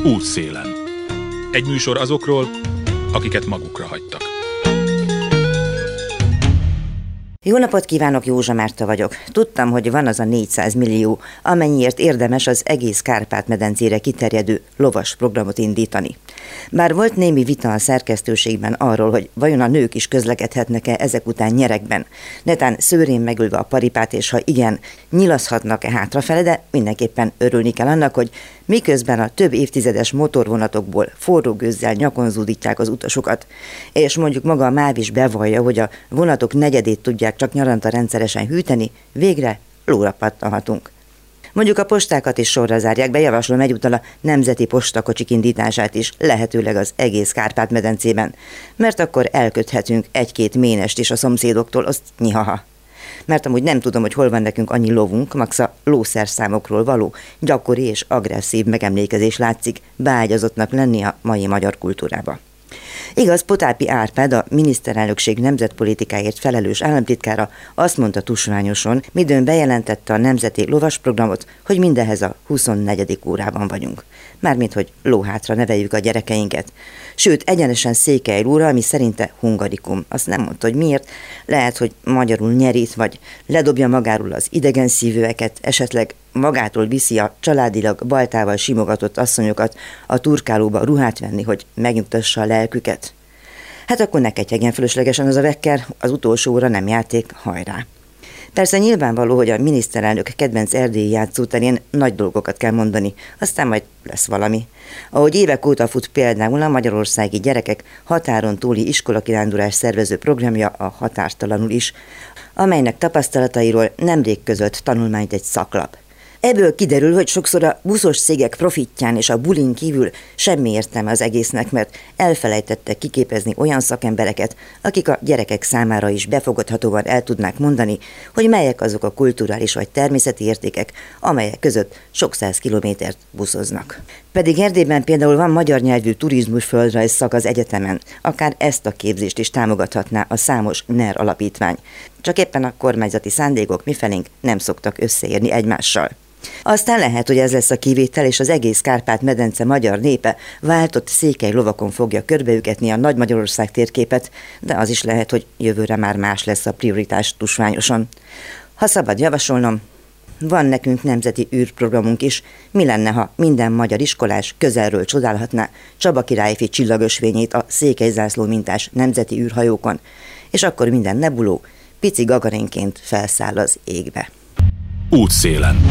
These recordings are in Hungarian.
Útszélen. Egy műsor azokról, akiket magukra hagytak. Jó napot kívánok, Józsa Márta vagyok. Tudtam, hogy van az a 400 millió, amennyiért érdemes az egész Kárpát-medencére kiterjedő lovas programot indítani. Bár volt némi vita a szerkesztőségben arról, hogy vajon a nők is közlekedhetnek-e ezek után nyeregben, netán szőrén megülve a paripát, és ha igen, nyilazhatnak-e hátrafele, de mindenképpen örülni kell annak, hogy miközben a több évtizedes motorvonatokból forró gőzzel nyakon zúdítják az utasokat, és mondjuk maga a MÁV is bevallja, hogy a vonatok negyedét tudják csak nyaranta rendszeresen hűteni, végre lóra pattanhatunk. Mondjuk a postákat is sorra zárják be, javaslom egyúttal a nemzeti postakocsik indítását is, lehetőleg az egész Kárpát-medencében, mert akkor elköthetünk egy-két ménest is a szomszédoktól, azt nyihaha. Mert amúgy nem tudom, hogy hol van nekünk annyi lovunk, max a lószerszámokról való gyakori és agresszív megemlékezés látszik beágyazottnak lenni a mai magyar kultúrába. Igaz, Potápi Árpád, a miniszterelnökség nemzetpolitikáért felelős államtitkára azt mondta tusványosan, midőn bejelentette a nemzeti lovasprogramot, hogy mindehhez a 24. órában vagyunk. Mármint, hogy lóhátra neveljük a gyerekeinket. Sőt, egyenesen Székelyúra, ami szerinte hungarikum. Azt nem mondta, hogy miért. Lehet, hogy magyarul nyerít, vagy ledobja magáról az idegen szívűeket, esetleg magától viszi a családilag baltával simogatott asszonyokat a turkálóba ruhát venni, hogy megnyugtassa a lelküket. Hát akkor ne ketyegjen fölöslegesen az a vekker, az utolsó óra nem játék, hajrá. Persze nyilvánvaló, hogy a miniszterelnök kedvenc erdélyi játszóterén nagy dolgokat kell mondani, aztán majd lesz valami. Ahogy évek óta fut például a magyarországi gyerekek határon túli iskolakirándulás szervező programja, a Határtalanul is, amelynek tapasztalatairól nemrég közölt tanulmányt egy szaklap. Ebből kiderül, hogy sokszor a buszos cégek profitján és a bulin kívül semmi értelme az egésznek, mert elfelejtettek kiképezni olyan szakembereket, akik a gyerekek számára is befogadhatóan el tudnák mondani, hogy melyek azok a kulturális vagy természeti értékek, amelyek között sok száz kilométert buszoznak. Pedig Erdélyben például van magyar nyelvű turizmus-földrajz szak az egyetemen, akár ezt a képzést is támogathatná a számos NER alapítvány. Csak éppen a kormányzati szándékok mifelénk nem szoktak összeérni egymással. Aztán lehet, hogy ez lesz a kivétel, és az egész Kárpát-medence magyar népe váltott székely lovakon fogja körbeügetni a Nagy Magyarország térképet, de az is lehet, hogy jövőre már más lesz a prioritás tusványosan. Ha szabad javasolnom, van nekünk nemzeti űrprogramunk is. Mi lenne, ha minden magyar iskolás közelről csodálhatná Csaba királyfi csillagösvényét a székelyzászló mintás nemzeti űrhajókon, és akkor minden nebuló pici Gagarinként felszáll az égbe. Útszélen.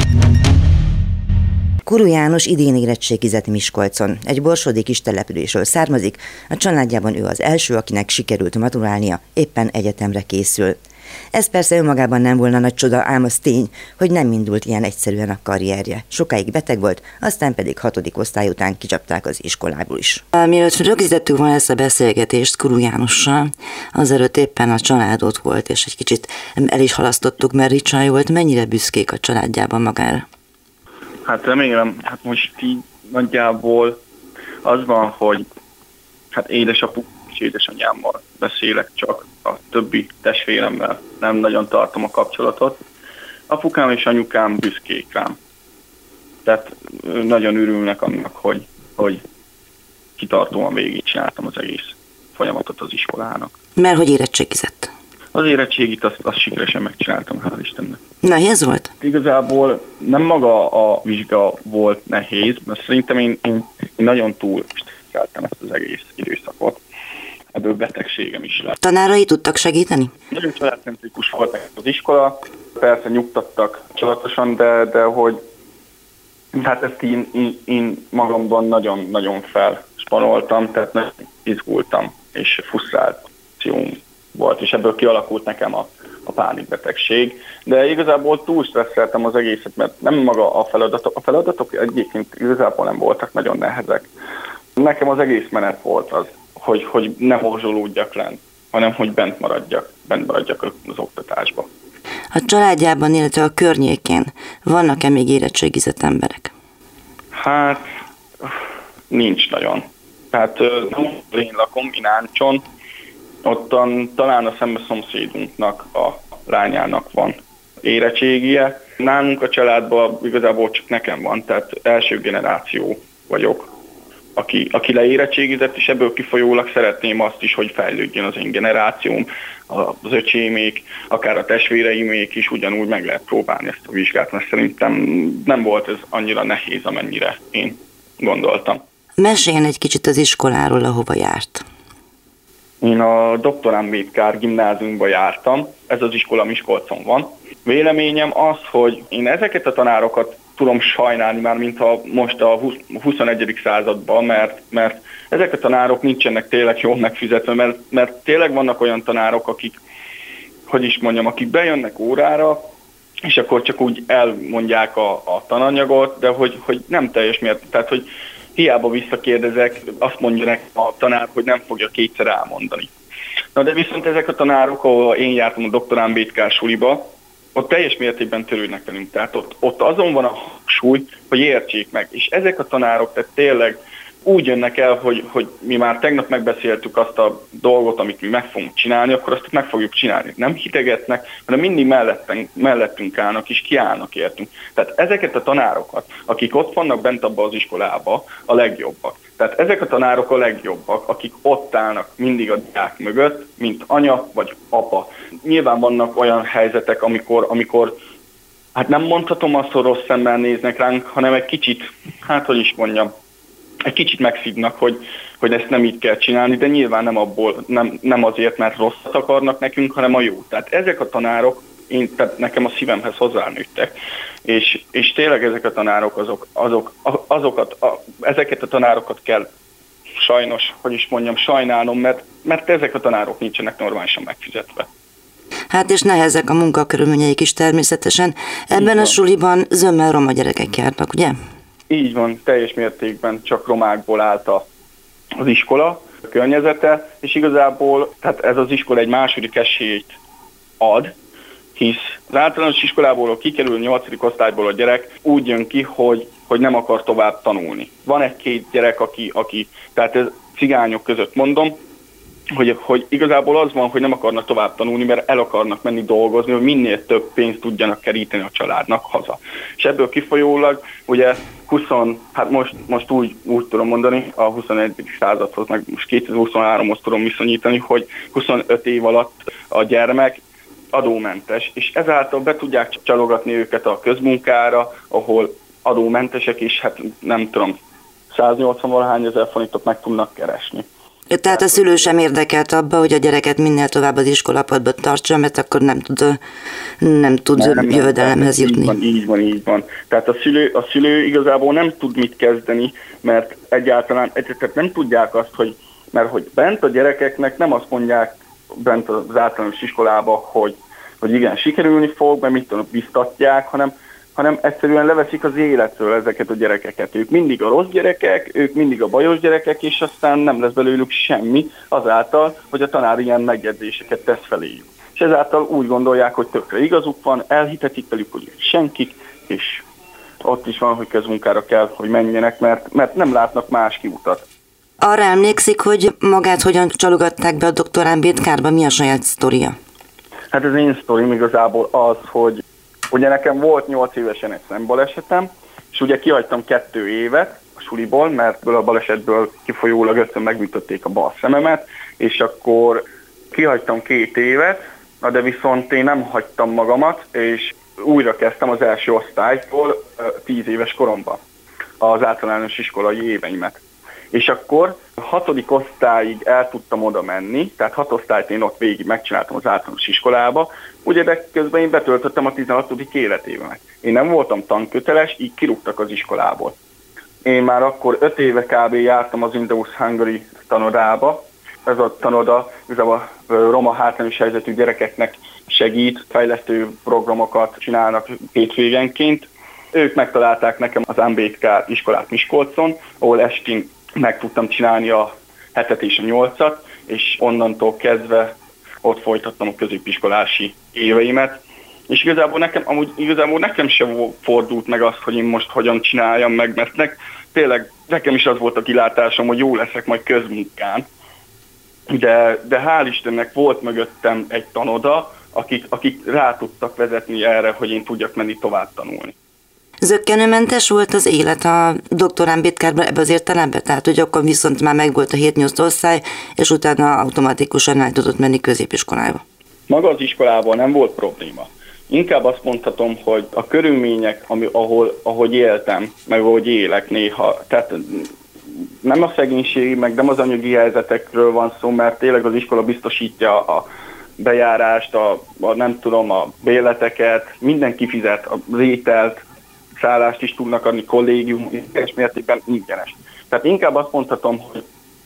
Kuru János idén érettségizett Miskolcon. Egy borsodi kis településről származik, a családjában ő az első, akinek sikerült maturálnia, éppen egyetemre készül. Ez persze önmagában nem volna nagy csoda, ám az tény, hogy nem indult ilyen egyszerűen a karrierje. Sokáig beteg volt, aztán pedig 6. osztály után kicsapták az iskolából is. Mielőtt rögzítettük volna ezt a beszélgetést Kuru Jánossal, azelőtt éppen a család ott volt, és egy kicsit el is halasztottuk, mert Ricsai volt. Mennyire büszkék a családjában magára? Hát remélem, most így nagyjából az van, hogy édesapuk és édesanyámmal beszélek csak, a többi testvéremmel nem nagyon tartom a kapcsolatot. Apukám és anyukám büszkék rám. Tehát nagyon örülnek annak, hogy kitartóan végigcsináltam az egész folyamatot az iskolának. Mert hogy érettségizett? Az érettségit azt sikeresen megcsináltam, hál' Istennek. Nehéz volt? Igazából nem maga a vizsga volt nehéz, mert szerintem én nagyon túl stresszeltem ezt az egész időszakot. Ebből betegségem is lett. Tanárai tudtak segíteni? Nagyon családcentrikus volt az iskola, persze nyugtattak csodálatosan, de hogy hát ezt én magamban nagyon-nagyon felspanoltam, tehát nagyon izgultam, és frusztrációm volt, és ebből kialakult nekem a pánikbetegség. De igazából túl stresszeltem az egészet, mert nem maga a feladatok egyébként igazából nem voltak nagyon nehezek. Nekem az egész menet volt az, hogy ne horzsolódjak lenn, hanem hogy bent maradjak az oktatásba. A családjában, illetve a környékén vannak-e még érettségizett emberek? Hát nincs nagyon. Tehát én lakom Ináncson, ottan talán a szembe szomszédunknak a lányának van érettségie. Nálunk a családban igazából csak nekem van, tehát első generáció vagyok aki leérettségizett, és ebből kifolyólag szeretném azt is, hogy fejlődjön az én generációm, az öcsémék, akár a testvéreimék is ugyanúgy meg lehet próbálni ezt a vizsgát, mert szerintem nem volt ez annyira nehéz, amennyire én gondoltam. Meséljen egy kicsit az iskoláról, ahova járt. Én a Dr. Ambedkár gimnáziumba jártam, ez az iskola Miskolcon van. Véleményem az, hogy én ezeket a tanárokat tudom sajnálni már, mintha most a 21. században, mert ezek a tanárok nincsenek tényleg jól megfizetve, mert tényleg vannak olyan tanárok, akik bejönnek órára, és akkor csak úgy elmondják a tananyagot, de hogy nem teljes mértékben, tehát hogy hiába visszakérdezek, azt mondja nekem a tanár, hogy nem fogja kétszer elmondani. Na de viszont ezek a tanárok, ahol én jártam a Dr. Ambedkár suliba, ott teljes mértékben törődnek velünk. Tehát ott azon van a hangsúly, hogy értsék meg. És ezek a tanárok tehát tényleg úgy jönnek el, hogy mi már tegnap megbeszéltük azt a dolgot, amit mi meg fogunk csinálni, akkor azt meg fogjuk csinálni. Nem hitegetnek, hanem mindig mellettünk állnak és kiállnak értünk. Tehát ezeket a tanárokat, akik ott vannak bent abba az iskolába, a legjobbak. Tehát ezek a tanárok a legjobbak, akik ott állnak mindig a diák mögött, mint anya vagy apa. Nyilván vannak olyan helyzetek, amikor hát nem mondhatom azt, hogy rossz szemmel néznek ránk, hanem egy kicsit, egy kicsit megszívnak, hogy ezt nem így kell csinálni, de nyilván nem azért, mert rosszat akarnak nekünk, hanem a jó. Tehát ezek a tanárok, tehát nekem a szívemhez hozzánőttek, és tényleg ezek a tanárok ezeket a tanárokat kell sajnos, sajnálnom, mert ezek a tanárok nincsenek normálisan megfizetve. Hát és nehezek a munkakörülményeik is természetesen. Ebben a suliban zömmel roma gyerekek járnak, ugye? Így van, teljes mértékben csak romákból állt az iskola környezete, és igazából tehát ez az iskola egy második esélyt ad, hisz az általános iskolából kikerül 8. osztályból a gyerek, úgy jön ki, hogy nem akar tovább tanulni. Van egy-két gyerek, aki tehát ez cigányok között mondom, hogy igazából az van, hogy nem akarnak tovább tanulni, mert el akarnak menni dolgozni, hogy minél több pénzt tudjanak keríteni a családnak haza. És ebből kifolyólag ugye most úgy tudom mondani, a 21. századhoz, meg most 2023-hoz tudom viszonyítani, hogy 25 év alatt a gyermek adómentes, és ezáltal be tudják csalogatni őket a közmunkára, ahol adómentesek is, hát nem tudom, 180-valahány ezer forintot meg tudnak keresni. Tehát a szülő sem érdekelt abba, hogy a gyereket minél tovább az iskolapadba tartsa, mert akkor nem tud jövedelemhez jutni. Így van. Tehát a szülő igazából nem tud mit kezdeni, mert egyáltalán nem tudják azt, hogy bent a gyerekeknek nem azt mondják bent az általános iskolába, hogy igen, sikerülni fog, mert mit tudom, biztatják, hanem egyszerűen leveszik az életről ezeket a gyerekeket. Ők mindig a rossz gyerekek, ők mindig a bajos gyerekek, és aztán nem lesz belőlük semmi azáltal, hogy a tanár ilyen megjegyzéseket tesz feléjük. És ezáltal úgy gondolják, hogy tökre igazuk van, elhitetik velük, hogy senkik, és ott is van, hogy közmunkára kell, hogy menjenek, mert nem látnak más kiutat. Arra emlékszik, hogy magát hogyan csalogatták be a Dr. Ambedkárba, mi a saját sztoria? Hát az én sztorim igazából az, hogy ugye nekem volt 8 évesen egy szembalesetem, és ugye kihagytam 2 évet a suliból, mert a balesetből kifolyólag összön megütötték a bal szememet, és akkor kihagytam 2 évet, de viszont én nem hagytam magamat, és újra kezdtem az első osztálytól 10 éves koromban az általános iskolai éveimet. És akkor 6. osztályig el tudtam oda menni, tehát 6 osztályt én ott végig megcsináltam az általános iskolába, ugye de közben én betöltöttem a 16. életévemet. Én nem voltam tanköteles, így kirúgtak az iskolából. Én már akkor 5 éve kb. Jártam az Indus Hungary tanodába. Ez a tanoda igazából roma hátrányos helyzetű gyerekeknek segít, fejlesztő programokat csinálnak hétvégenként. Ők megtalálták nekem az Ambedkár iskolát Miskolcon, ahol estén meg tudtam csinálni a 7-et és a 8-at, és onnantól kezdve ott folytattam a középiskolási éveimet. És igazából nekem sem fordult meg azt, hogy én most hogyan csináljam meg, mert tényleg nekem is az volt a kilátásom, hogy jó leszek majd közmunkán. De hál' Istennek volt mögöttem egy tanoda, akik rá tudtak vezetni erre, hogy én tudjak menni tovább tanulni. Zökkenőmentes volt az élet a Dr. Ambedkarban ebbe az értelemben? Tehát, hogy akkor viszont már megvolt a 7-8 osztály, és utána automatikusan el tudott menni középiskolába. Maga az iskolában nem volt probléma. Inkább azt mondhatom, hogy a körülmények, ahogy éltem, meg ahogy élek néha, tehát nem a szegénység, meg nem az anyagi helyzetekről van szó, mert tényleg az iskola biztosítja a bejárást, a bérleteket, mindenki fizet, az ételt, szállást is tudnak adni, kollégium, és mértékben ingyenes. Tehát inkább azt mondhatom, hogy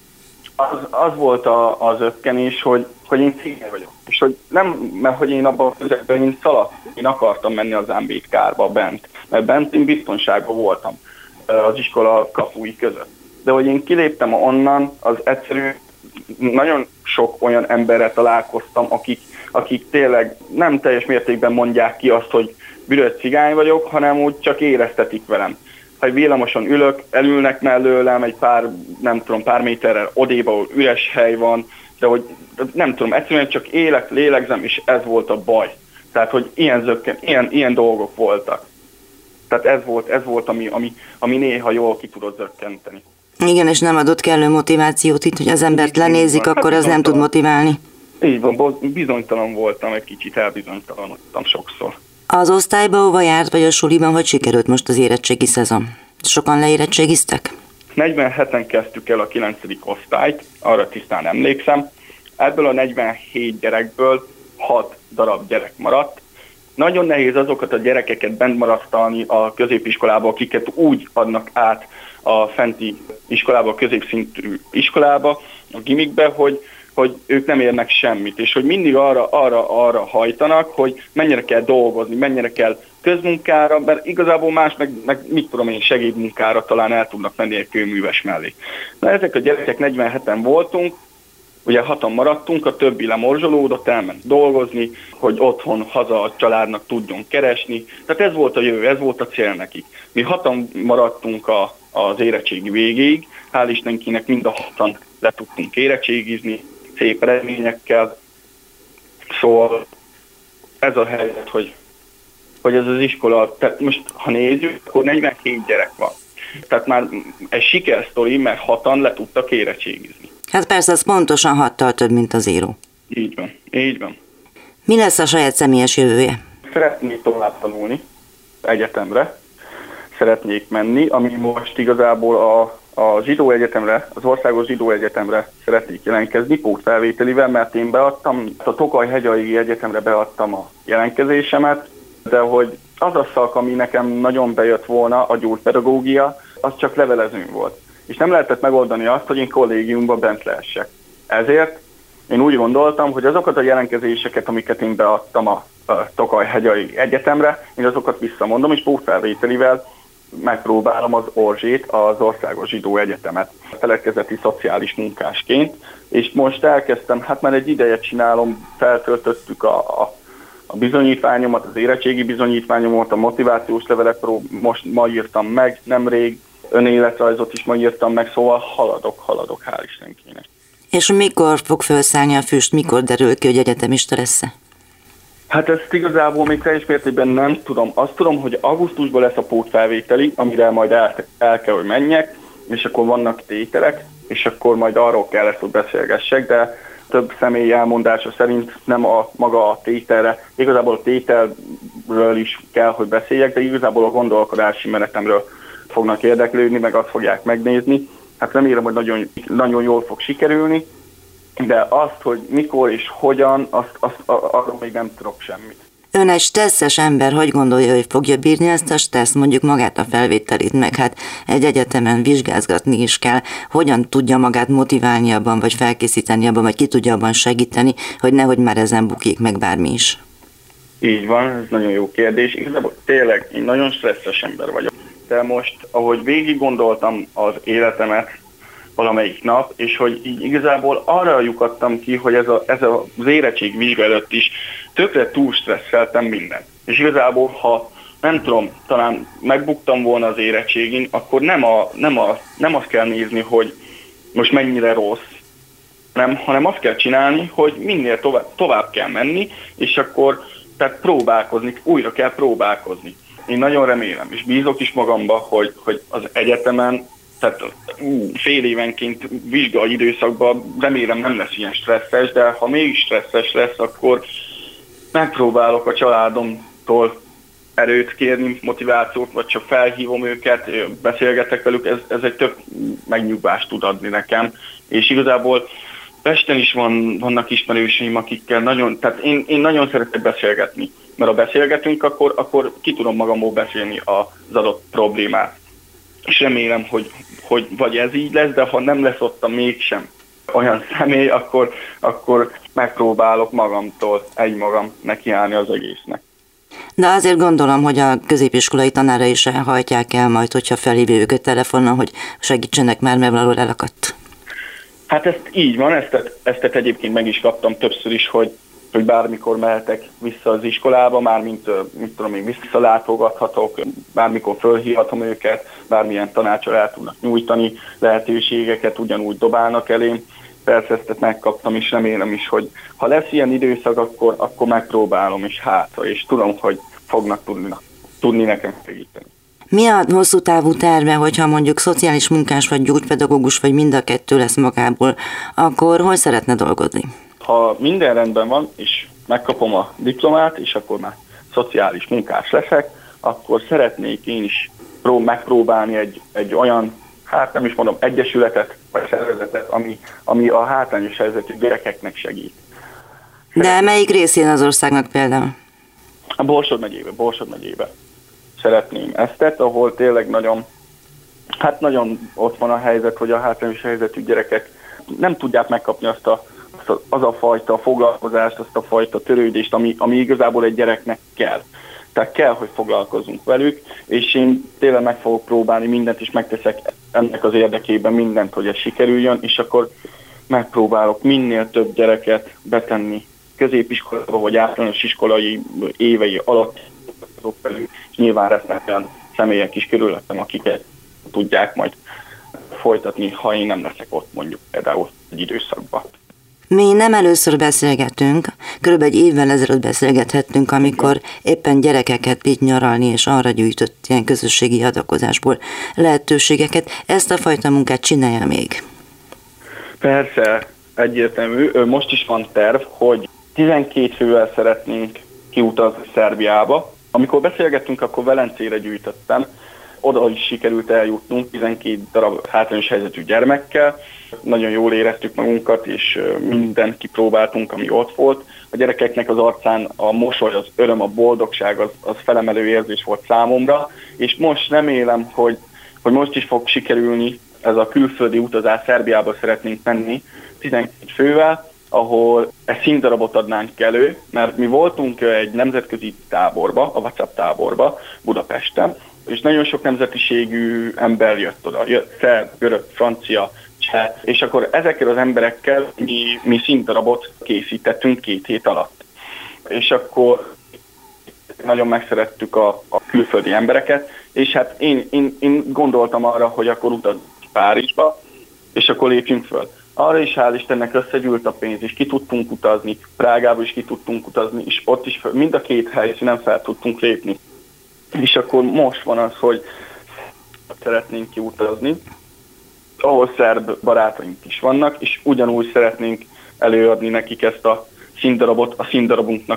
az volt az ökkenés, hogy én cigány vagyok. És hogy nem, mert hogy én abban a közegben én akartam menni az Ambedkarba bent, mert bent én biztonságban voltam az iskola kapui között. De hogy én kiléptem onnan, az egyszerű, nagyon sok olyan emberrel találkoztam, akik tényleg nem teljes mértékben mondják ki azt, hogy büdös cigány vagyok, hanem úgy csak éreztetik velem. Ha egy villamoson ülök, elülnek mellőlem egy pár méterrel odébb, ahol üres hely van, de hogy nem tudom, egyszerűen csak élek, lélegzem, és ez volt a baj. Tehát, hogy ilyen dolgok voltak. Tehát ez volt ami néha jól ki tudott zökkenteni. Igen, és nem adott kellő motivációt itt, hogy az embert lenézik, akkor az nem tud motiválni. Így van, bizonytalan voltam, egy kicsit elbizonytalanodtam sokszor. Az osztályba, hova járt, vagy a suliban, hogy sikerült most az érettségi szezon? Sokan leérettségiztek? 47-en kezdtük el a 9. osztályt, arra tisztán emlékszem. Ebből a 47 gyerekből 6 darab gyerek maradt. Nagyon nehéz azokat a gyerekeket bent marasztalni a középiskolába, akiket úgy adnak át a fenti iskolába, a középszintű iskolába, a gimikbe, hogy ők nem érnek semmit, és hogy mindig arra hajtanak, hogy mennyire kell dolgozni, mennyire kell közmunkára, mert igazából más meg mit tudom én, segédmunkára talán el tudnak menni egy kőműves mellé. Na ezek a gyerekek 47-en voltunk, ugye 6-an maradtunk, a többi lemorzsolódott, elment dolgozni, hogy otthon, haza a családnak tudjon keresni. Tehát ez volt a jövő, ez volt a cél nekik. Mi 6-an maradtunk az érettségi végéig, hál' Istenkinek mind a 6-an le tudtunk érettségizni, szép eredményekkel. Szóval ez a helyzet, hogy ez az iskola, tehát most ha nézzük, akkor 47 gyerek van. Tehát már egy sikersztori, mert 6-an le tudtak érettségizni. Hát persze, az pontosan 6-tal több, mint az író. Így van, így van. Mi lesz a saját személyes jövője? Szeretnék tovább tanulni egyetemre, szeretnék menni, ami most igazából a zsidó egyetemre, az Országos Zsidó Egyetemre szeretnék jelentkezni pótfelvételivel, mert én beadtam, a Tokaj-Hegyai Egyetemre beadtam a jelentkezésemet, de hogy az a szak, ami nekem nagyon bejött volna, a gyógypedagógia, az csak levelező volt. És nem lehetett megoldani azt, hogy én kollégiumban bent lehessek. Ezért én úgy gondoltam, hogy azokat a jelentkezéseket, amiket én beadtam a Tokaj-Hegyai Egyetemre, én azokat visszamondom, és pótfelvételivel megpróbálom az Orzsét, az Országos Zsidó Egyetemet felekezeti szociális munkásként, és most elkezdtem, hát már egy ideje csinálom, feltöltöttük a bizonyítványomat, az érettségi bizonyítványomat, a motivációs levelekről most ma írtam meg, nemrég önéletrajzot is ma írtam meg, szóval haladok, hál' Istenkinek. És mikor fog felszállni a füst, mikor derül ki, hogy egyetemista lesz-e? Hát ezt igazából még teljes mértékben nem tudom. Azt tudom, hogy augusztusban lesz a pótfelvételi, amire majd el kell, hogy menjek, és akkor vannak tételek, és akkor majd arról kell ezt, hogy beszélgessek, de több személy elmondása szerint nem maga a tételre, igazából a tételről is kell, hogy beszéljek, de igazából a gondolkodási menetemről fognak érdeklődni, meg azt fogják megnézni. Hát remélem, hogy nagyon, nagyon jól fog sikerülni, de azt, hogy mikor és hogyan, arról még nem tudok semmit. Ön egy stresszes ember, hogy gondolja, hogy fogja bírni ezt a stressz, mondjuk magát a felvételit, meg hát egy egyetemen vizsgázgatni is kell, hogyan tudja magát motiválni abban, vagy felkészíteni abban, vagy ki tudja abban segíteni, hogy nehogy már ezen bukik meg bármi is? Így van, ez nagyon jó kérdés. Igazából tényleg én nagyon stresszes ember vagyok. De most, ahogy végig gondoltam az életemet valamelyik nap, és hogy így igazából arra lyukadtam ki, hogy ez az érettség vizsga előtt is tökre túl stresszeltem mindent. És igazából, ha nem tudom, talán megbuktam volna az érettségin, akkor nem azt kell nézni, hogy most mennyire rossz, hanem azt kell csinálni, hogy minél tovább kell menni, és akkor tehát próbálkozni, újra kell próbálkozni. én nagyon remélem, és bízok is magamba, hogy az egyetemen, tehát fél évenként vizsgai időszakban remélem nem lesz ilyen stresszes, de ha mégis stresszes lesz, akkor megpróbálok a családomtól erőt kérni, motivációt, vagy csak felhívom őket, beszélgetek velük, ez egy több megnyugvást tud adni nekem. És igazából Pesten is vannak ismerőseim, akikkel tehát én nagyon szeretek beszélgetni, mert ha beszélgetünk, akkor ki tudom magamból beszélni az adott problémát. És remélem, hogy vagy ez így lesz, de ha nem lesz ott mégsem olyan személy, akkor megpróbálok magamtól egymagam nekiállni az egésznek. De azért gondolom, hogy a középiskolai tanára is elhajtják el majd, hogyha felhívja őket telefonon, hogy segítsenek már, mert valahol elakadt. Hát ez így van, ezt egyébként meg is kaptam többször is, hogy bármikor mehetek vissza az iskolába, mármint mit tudom én, visszalátogathatok, bármikor fölhívhatom őket, bármilyen tanácsra el tudnak nyújtani, lehetőségeket ugyanúgy dobálnak elém. Persze ezt megkaptam, és remélem is, hogy ha lesz ilyen időszak, akkor megpróbálom, és tudom, hogy fognak tudni nekem segíteni. Mi a hosszú távú terve, hogyha mondjuk szociális munkás vagy gyógypedagógus, vagy mind a kettő lesz magából, akkor hol szeretne dolgozni? Ha minden rendben van, és megkapom a diplomát, és akkor már szociális munkás leszek, akkor szeretnék én is megpróbálni egy olyan, hát nem is mondom, egyesületet, vagy szervezetet, ami a hátrányos helyzetű gyerekeknek segít. De melyik részén az országnak például? A Borsod megyébe szeretném ezt, ahol tényleg nagyon ott van a helyzet, hogy a hátrányos helyzetű gyerekek nem tudják megkapni az a fajta foglalkozást, azt a fajta törődést, ami igazából egy gyereknek kell. Tehát kell, hogy foglalkozunk velük, és én tényleg meg fogok próbálni mindent, és megteszek ennek az érdekében mindent, hogy ez sikerüljön, és akkor megpróbálok minél több gyereket betenni középiskolába, vagy általános iskolai évei alatt velük, és nyilván lesznek olyan személyek is körülöttem, akiket tudják majd folytatni, ha én nem leszek ott mondjuk például egy időszakban. Mi nem először beszélgetünk, körülbelül egy évvel ezelőtt beszélgethettünk, amikor éppen gyerekeket így nyaralni, és arra gyűjtött ilyen közösségi adakozásból lehetőségeket. Ezt a fajta munkát csinálja még? Persze, egyértelmű. Most is van terv, hogy 12 fővel szeretnénk kiutazni Szerbiába. Amikor beszélgettünk, akkor Velencére gyűjtöttem. Oda is sikerült eljutnunk 12 darab hátrányos helyzetű gyermekkel. Nagyon jól éreztük magunkat, és mindent kipróbáltunk, ami ott volt. A gyerekeknek az arcán a mosoly, az öröm, a boldogság, az felemelő érzés volt számomra, és most remélem, hogy most is fog sikerülni ez a külföldi utazás. Szerbiába szeretnénk menni 12 fővel, ahol egy színdarabot adnánk elő, mert mi voltunk egy nemzetközi táborba, a WhatsApp táborba Budapesten, és nagyon sok nemzetiségű ember jött oda, szerb, görög, francia, cseh, és akkor ezekkel az emberekkel mi színdarabot készítettünk 2 hét alatt. És akkor nagyon megszerettük a külföldi embereket, és hát én gondoltam arra, hogy akkor utazunk Párizsba, és akkor lépjünk föl. Arra is hál' Istennek összegyűlt a pénz, és ki tudtunk utazni, Prágába is ki tudtunk utazni, és ott is mind a 2 helyszínen fel tudtunk lépni. És akkor most van az, hogy szeretnénk kiutazni, ahol szerb barátaink is vannak, és ugyanúgy szeretnénk előadni nekik ezt a színdarabot. A színdarabunknak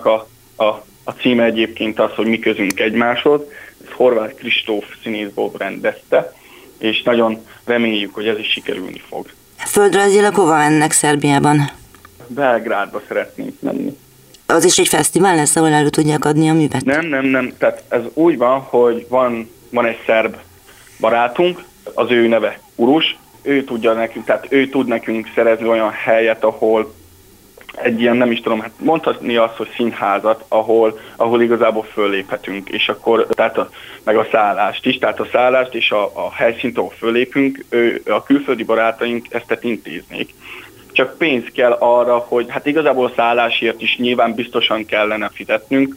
a címe egyébként az, hogy mi közünk egymáshoz. Ez Horváth Kristóf színészból rendezte, és nagyon reméljük, hogy ez is sikerülni fog. Földrajzilag hova mennek Szerbiában? Belgrádba szeretnénk menni. Az is egy fesztivál lesz, ahol elő tudják adni a művet? Nem. Tehát ez úgy van, hogy van egy szerb barátunk, az ő neve Urus, ő tudja nekünk, tehát ő tud nekünk szerezni olyan helyet, ahol egy ilyen, nem is tudom, hát mondhatni azt, hogy színházat, ahol igazából fölléphetünk, és akkor meg a szállást is, tehát a szállást és a helyszínt, ahol föllépünk, a külföldi barátaink ezt intéznék. Csak pénz kell arra, hogy hát igazából a szállásért is nyilván biztosan kellene fizetnünk,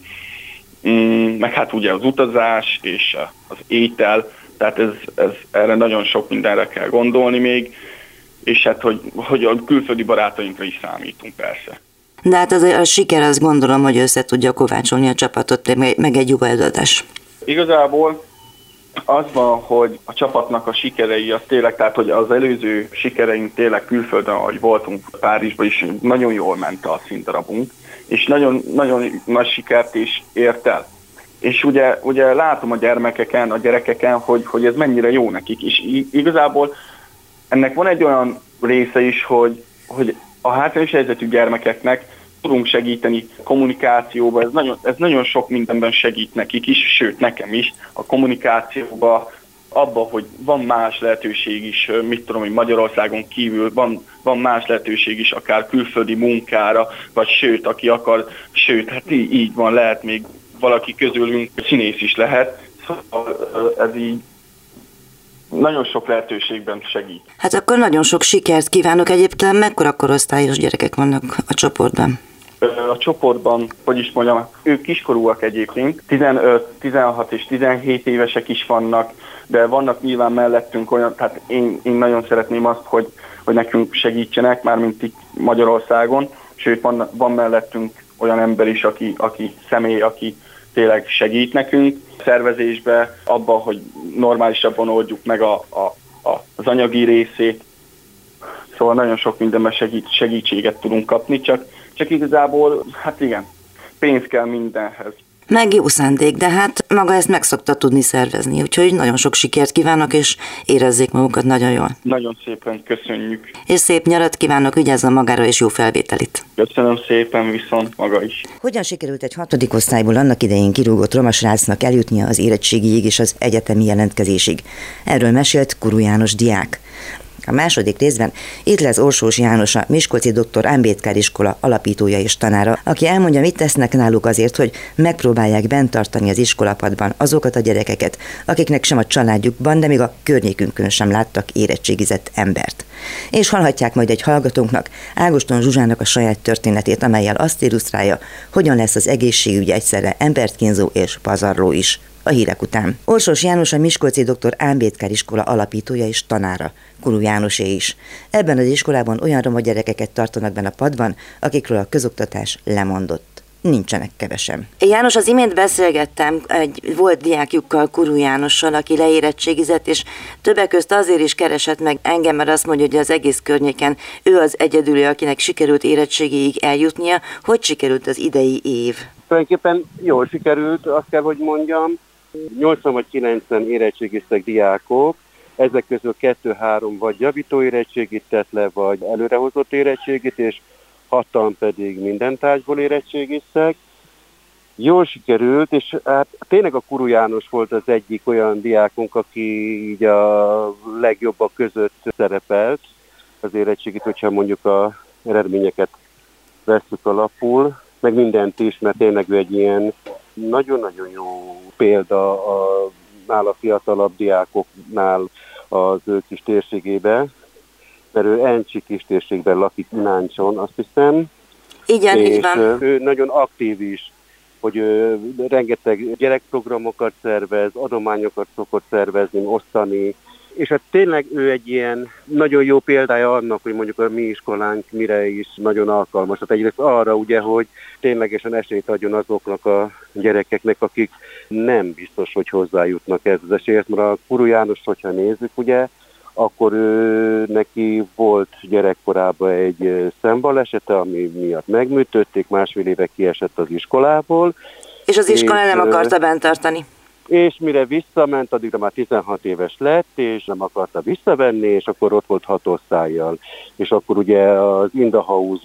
meg hát ugye az utazás és az étel, tehát ez erre nagyon sok mindenre kell gondolni még, és hát hogy a külföldi barátainkra is számítunk persze. De hát a siker, azt gondolom, hogy össze tudja kovácsolni a csapatot, meg egy jó előadás. Igazából az van, hogy a csapatnak a sikerei, az tényleg, tehát hogy az előző sikereink tényleg külföldön, ahogy voltunk Párizsban is, nagyon jól ment a színdarabunk, és nagyon, nagyon nagy sikert is ért el. És ugye látom a gyerekeken, hogy ez mennyire jó nekik, és igazából ennek van egy olyan része is, hogy a hátrányos helyzetű gyermekeknek tudunk segíteni kommunikációba, ez nagyon sok mindenben segít nekik is, sőt nekem is, a kommunikációba, abba, hogy van más lehetőség is, mit tudom, hogy Magyarországon kívül van más lehetőség is, akár külföldi munkára, vagy sőt, aki akar, hát így van, lehet még valaki közülünk színész is lehet, szóval ez így nagyon sok lehetőségben segít. Hát akkor nagyon sok sikert kívánok. Egyébként mekkora korosztályos gyerekek vannak a csoportban? A csoportban, hogy is mondjam, ők kiskorúak egyébként, 15, 16 és 17 évesek is vannak, de vannak nyilván mellettünk olyan, tehát én nagyon szeretném azt, hogy nekünk segítsenek, mármint itt Magyarországon, sőt van mellettünk olyan ember is, aki személy, aki tényleg segít nekünk szervezésbe, abban, hogy normálisabban oldjuk meg az anyagi részét. Szóval nagyon sok mindenben segítséget tudunk kapni, csak igazából, hát igen, pénz kell mindenhez. Meg jó szándék, de hát maga ezt meg szokta tudni szervezni, úgyhogy nagyon sok sikert kívánok, és érezzék magukat nagyon jól. Nagyon szépen köszönjük. És szép nyarat kívánok, vigyázzon magára, és jó felvételit. Köszönöm szépen, viszont maga is. Hogyan sikerült egy 6. osztályból annak idején kirúgott roma srácnak eljutnia az érettségiig és az egyetemi jelentkezésig? Erről mesélt Kuru János diák. A második részben itt lesz Orsós János, a Miskolci Dr. Ambedkár iskola alapítója és tanára, aki elmondja, mit tesznek náluk azért, hogy megpróbálják bent tartani az iskolapadban azokat a gyerekeket, akiknek sem a családjukban, de még a környékünkön sem láttak érettségizett embert. És hallhatják majd egy hallgatónknak, Ágoston Zsuzsának a saját történetét, amellyel azt illusztrálja, hogyan lesz az egészségügy egyszerre embert kínzó és pazarló is. A hírek után. Orsós János a Miskolci Dr. Ambedkár iskola alapítója és tanára, Kuru Jánosé is. Ebben az iskolában olyan roma gyerekeket tartanak benne a padban, akikről a közoktatás lemondott. Nincsenek kevesen. János, az imént beszélgettem egy volt diákjukkal, Kuru Jánossal, aki leérettségizett, és többek közt azért is keresett meg engem, mert azt mondja, hogy az egész környéken ő az egyedüli, akinek sikerült érettségig eljutnia. Hogy sikerült az idei év? Tulajdonképpen jól sikerült, azt kell, hogy mondjam. 80 vagy 90 érettségiztek diákok, ezek közül 2-3 vagy javító érettségit tett le, vagy előrehozott érettségit, és 6-an pedig minden tárgyból érettségiztek. Jól sikerült, és hát tényleg a Kuru János volt az egyik olyan diákunk, aki így a legjobbak között szerepelt az érettségit, hogyha mondjuk az eredményeket vesszük alapul, meg mindent is, mert tényleg ő egy ilyen nagyon-nagyon jó példa a nála fiatalabb diákoknál az ő kis térségében, mert ő Encsi kis térségben lakik, Náncson, azt hiszem. Igen, így van. Ő nagyon aktív is, hogy ő rengeteg gyerekprogramokat szervez, adományokat szokott szervezni, osztani, és hát tényleg ő egy ilyen nagyon jó példája annak, hogy mondjuk a mi iskolánk mire is nagyon alkalmas. Hát egyrészt arra ugye, hogy ténylegesen esélyt adjon azoknak a gyerekeknek, akik nem biztos, hogy hozzájutnak ez az esélyhez, mert a Kuru János, hogyha nézzük, ugye, akkor neki volt gyerekkorában egy szembalesete, ami miatt megműtötték, 1,5 éve kiesett az iskolából. És az iskola nem akarta bent tartani. És mire visszament, addigra már 16 éves lett, és nem akarta visszavenni, és akkor ott volt 6 osztállyal. És akkor ugye az Indahouse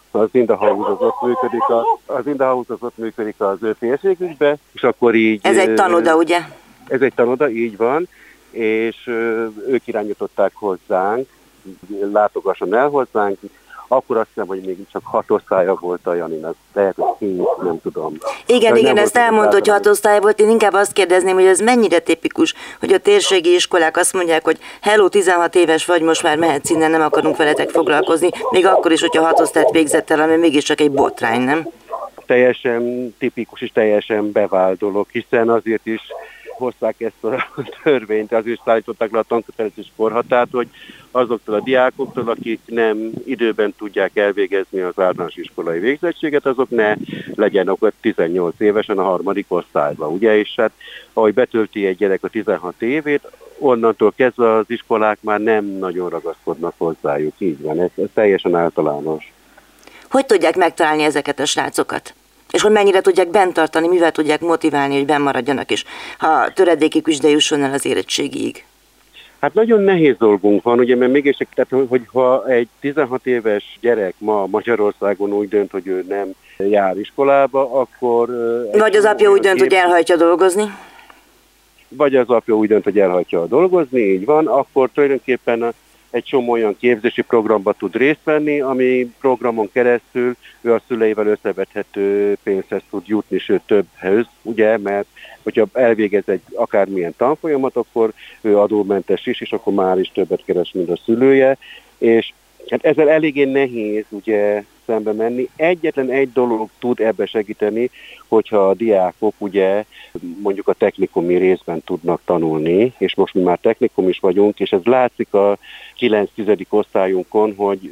az ott működik az ő térségügybe, és akkor így... Ez egy tanoda, ugye? Ez egy tanoda, így van, és ők irányították hozzánk, látogasson el hozzánk. Akkor azt hiszem, hogy még csak 6 osztálya volt a Janinak. Lehet, hogy 7, nem tudom. Igen, ezt elmondta, hogy 6 osztály volt. Én inkább azt kérdezném, hogy ez mennyire tipikus, hogy a térségi iskolák azt mondják, hogy hello, 16 éves vagy, most már mehetsz innen, nem akarunk veletek foglalkozni, még akkor is, hogyha 6 osztályt végzett el, ami mégiscsak egy botrány, nem? Teljesen tipikus és teljesen bevált dolog, hiszen azért is hozták ezt a törvényt, azért is szállították le a tankötelezés korhatárt, hogy azoktól a diákoktól, akik nem időben tudják elvégezni az általános iskolai végzettséget, azok ne legyenek 18 évesen a harmadik osztályban, ugye? És hát ahogy betölti egy gyerek a 16 évét, onnantól kezdve az iskolák már nem nagyon ragaszkodnak hozzájuk. Így van, ez teljesen általános. Hogy tudják megtalálni ezeket a srácokat? És hogy mennyire tudják bent tartani, mivel tudják motiválni, hogy benn maradjanak is, ha töredékig is, de jusson el az érettségig? Hát nagyon nehéz dolgunk van, ugye, mert mégis, tehát, hogyha egy 16 éves gyerek ma Magyarországon úgy dönt, hogy ő nem jár iskolába, akkor... Vagy az apja úgy dönt, hogy elhagyja dolgozni? Vagy az apja úgy dönt, hogy elhagyja dolgozni, így van, akkor tulajdonképpen egy csomó olyan képzési programba tud részt venni, ami programon keresztül ő a szüleivel összevethető pénzhez tud jutni, sőt többhez, ugye, mert hogyha elvégez egy akármilyen tanfolyamat, akkor ő adómentes is, és akkor már is többet keres, mint a szülője, és hát ezzel eléggé nehéz ugye szembe menni. Egyetlen egy dolog tud ebbe segíteni, hogyha a diákok ugye mondjuk a technikumi részben tudnak tanulni, és most mi már technikum is vagyunk, és ez látszik a 9-10. Osztályunkon, hogy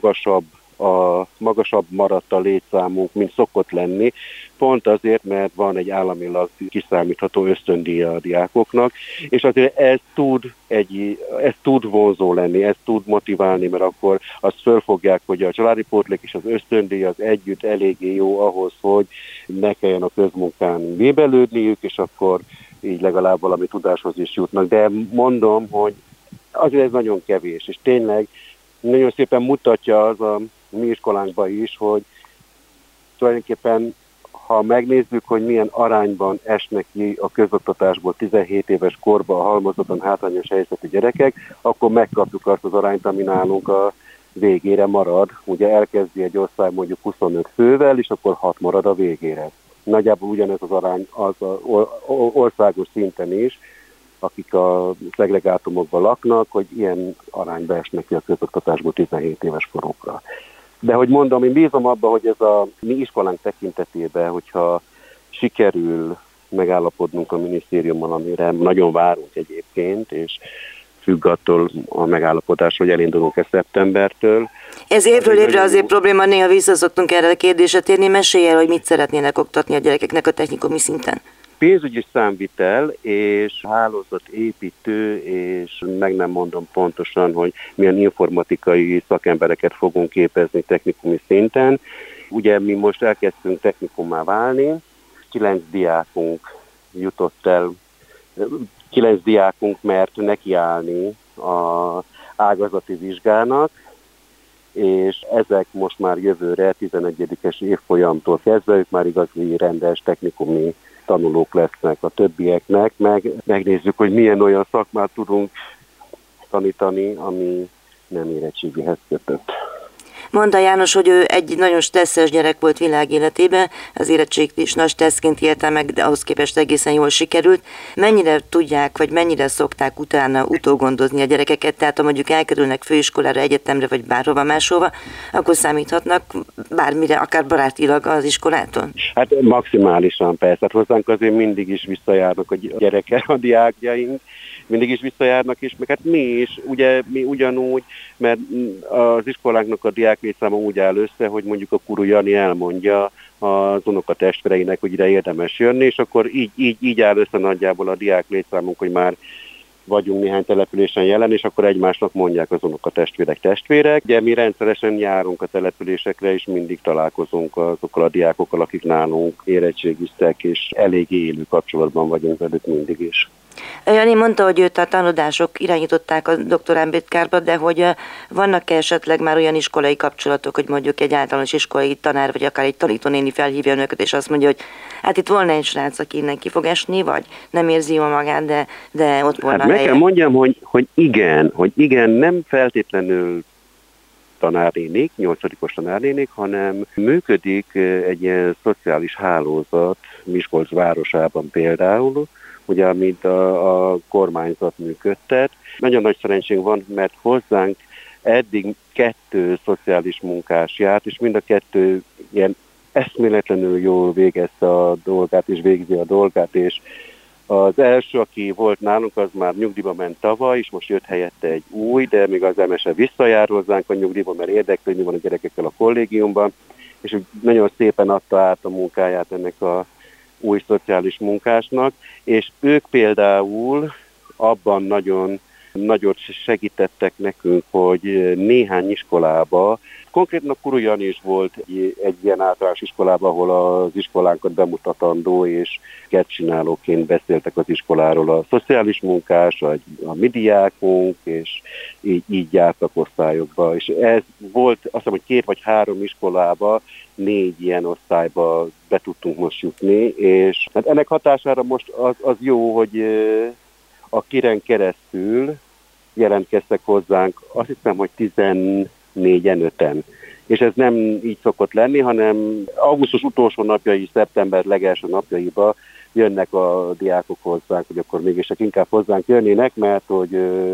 magasabb maradt a létszámunk, mint szokott lenni, pont azért, mert van egy államilag kiszámítható ösztöndíja a diákoknak, és azért ez tud vonzó lenni, ez tud motiválni, mert akkor azt fölfogják, hogy a családi pótlék és az ösztöndíj az együtt eléggé jó ahhoz, hogy ne kelljen a közmunkán bébelődniük, és akkor így legalább valami tudáshoz is jutnak. De mondom, hogy azért ez nagyon kevés, és tényleg nagyon szépen mutatja az a mi iskolánkban is, hogy tulajdonképpen, ha megnézzük, hogy milyen arányban esnek ki a közoktatásból 17 éves korba a halmozottan hátrányos helyzetű gyerekek, akkor megkapjuk azt az arányt, ami nálunk a végére marad. Ugye elkezdi egy osztály mondjuk 25 fővel, és akkor 6 marad a végére. Nagyjából ugyanez az arány az országos szinten is, akik a szegregátumokban laknak, hogy ilyen arányba esnek ki a közoktatásból 17 éves korukra. De hogy mondom, én bízom abban, hogy ez a mi iskolánk tekintetében, hogyha sikerül megállapodnunk a minisztériummal, amire nagyon várunk egyébként, és függ attól a megállapodás, hogy elindulunk szeptembertől. Ez évről évre azért probléma, néha visszaszoktunk erre a kérdésre térni. Mesélj el, hogy mit szeretnének oktatni a gyerekeknek a technikumi szinten. Pénzügyi számvitel és hálózatépítő, és meg nem mondom pontosan, hogy milyen informatikai szakembereket fogunk képezni technikumi szinten. Ugye mi most elkezdtünk technikummá válni, 9 diákunk mert nekiállni az ágazati vizsgának, és ezek most már jövőre 11-es évfolyamtól kezdve, ők már igazi rendes technikumi tanulók lesznek a többieknek, megnézzük, hogy milyen olyan szakmát tudunk tanítani, ami nem érettségihez kötött. Mondta János, hogy ő egy nagyon stresszes gyerek volt világéletében, az érettségit is nagy stresszként élte meg, de ahhoz képest egészen jól sikerült. Mennyire tudják, vagy mennyire szokták utána utógondozni a gyerekeket, tehát ha mondjuk elkerülnek főiskolára, egyetemre, vagy bárhova máshova, akkor számíthatnak bármire, akár barátilag az iskolától? Hát maximálisan persze, hát hozzánk azért mindig is visszajárnak a gyerekek, a diákjaink, mindig is visszajárnak is, meg hát mi is, ugye mi ugyanúgy, mert az iskolánknak a diák létszáma úgy áll össze, hogy mondjuk a Kuru Jani elmondja az unokatestvéreinek, hogy ide érdemes jönni, és akkor így áll össze nagyjából a diák létszámunk, hogy már vagyunk néhány településen jelen, és akkor egymásnak mondják az unokatestvérek. Ugye mi rendszeresen járunk a településekre, és mindig találkozunk azokkal a diákokkal, akik nálunk érettségiztek, és eléggé élő kapcsolatban vagyunk velük mindig is. Jani mondta, hogy őt a tanodások irányították a Dr. Ambedkarba, de hogy vannak-e esetleg már olyan iskolai kapcsolatok, hogy mondjuk egy általános iskolai tanár, vagy akár egy tanítónéni felhívja önöket, és azt mondja, hogy hát itt volna egy srác, aki innen ki fog esni, vagy nem érzi jól magát, de ott volna hát meg kell mondjam, hogy igen, nem feltétlenül tanárnénik, 8-os tanárnénik, hanem működik egy ilyen szociális hálózat Miskolc városában például, ugye, amit a kormányzat működtet. Nagyon nagy szerencsénk van, mert hozzánk eddig 2 szociális munkás járt, és mind a 2 ilyen eszméletlenül jól végezte a dolgát, és végzi a dolgát, és Az első, aki volt nálunk, az már nyugdíjba ment tavaly, és most jött helyette egy új, de még az MSE visszajár hozzánk a nyugdíjba, mert érdekli, hogy mi van a gyerekekkel a kollégiumban, és úgy nagyon szépen adta át a munkáját ennek a új szociális munkásnak, és ők például abban nagyon nagyot segítettek nekünk, hogy néhány iskolába, konkrétan a Kuru Jani is volt egy ilyen általános iskolában, ahol az iskolánkat bemutatandó és kertcsinálóként beszéltek az iskoláról a szociális munkás, a mi diákunk, és így jártak osztályokba. És ez volt, azt hiszem, hogy 2 vagy 3 iskolába, 4 ilyen osztályba be tudtunk most jutni, és hát ennek hatására most az jó, hogy a Kiren keresztül jelentkeztek hozzánk, azt hiszem, hogy 14-en. És ez nem így szokott lenni, hanem augusztus utolsó napjai, szeptember legelső napjaiba jönnek a diákok hozzánk, hogy akkor mégis inkább hozzánk jönnének, mert hogy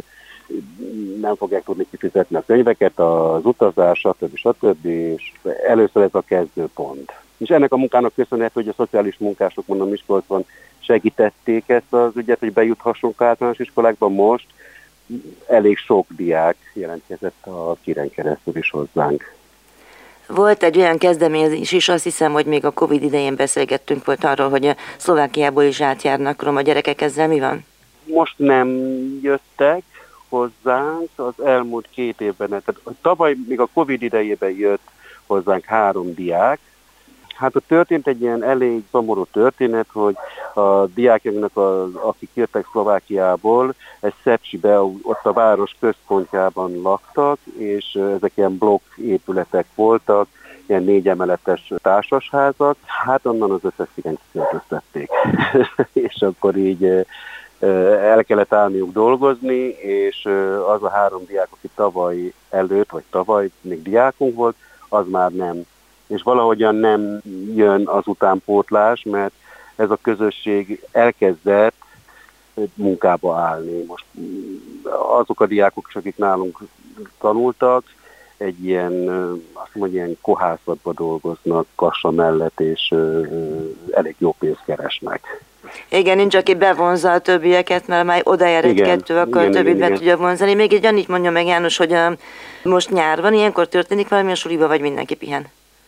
nem fogják tudni kifizetni a könyveket, az utazás, stb. És először ez a kezdőpont. És ennek a munkának köszönhető, hogy a szociális munkások, mondom, Miskolcban segítették ezt az ügyet, hogy bejuthassunk általános iskolákba. Most elég sok diák jelentkezett a Kiren keresztül is hozzánk. Volt egy olyan kezdeményezés is, azt hiszem, hogy még a Covid idején beszélgettünk volt arról, hogy a Szlovákiából is átjárnak roma gyerekek, ezzel mi van? Most nem jöttek hozzánk az elmúlt 2 évben. Tehát tavaly még a Covid idejében jött hozzánk 3 diák. Hát ott történt egy ilyen elég szomorú történet, hogy a diákjainknak, akik jöttek Szlovákiából, ez Szepsibe, ott a város központjában laktak, és ezek ilyen blokk épületek voltak, ilyen 4 emeletes társasházak. Hát onnan az összes cigányt költöztették. És akkor így el kellett állniuk dolgozni, és az a 3 diák, aki tavaly előtt, vagy tavaly még diákunk volt, az már nem. És valahogyan nem jön az utánpótlás, mert ez a közösség elkezdett munkába állni. Most azok a diákok, akik nálunk tanultak, egy ilyen, azt mondom, hogy ilyen kohászatban dolgoznak Kassa mellett, és elég jó pénzt keresnek. Igen, nincs, aki bevonza a többieket, mert már odaér egy-kettő, akkor többit be tudja vonzani. Még egy annyit mondja meg János, hogy most nyár van, ilyenkor történik valami a suliba, vagy mindenki pihen?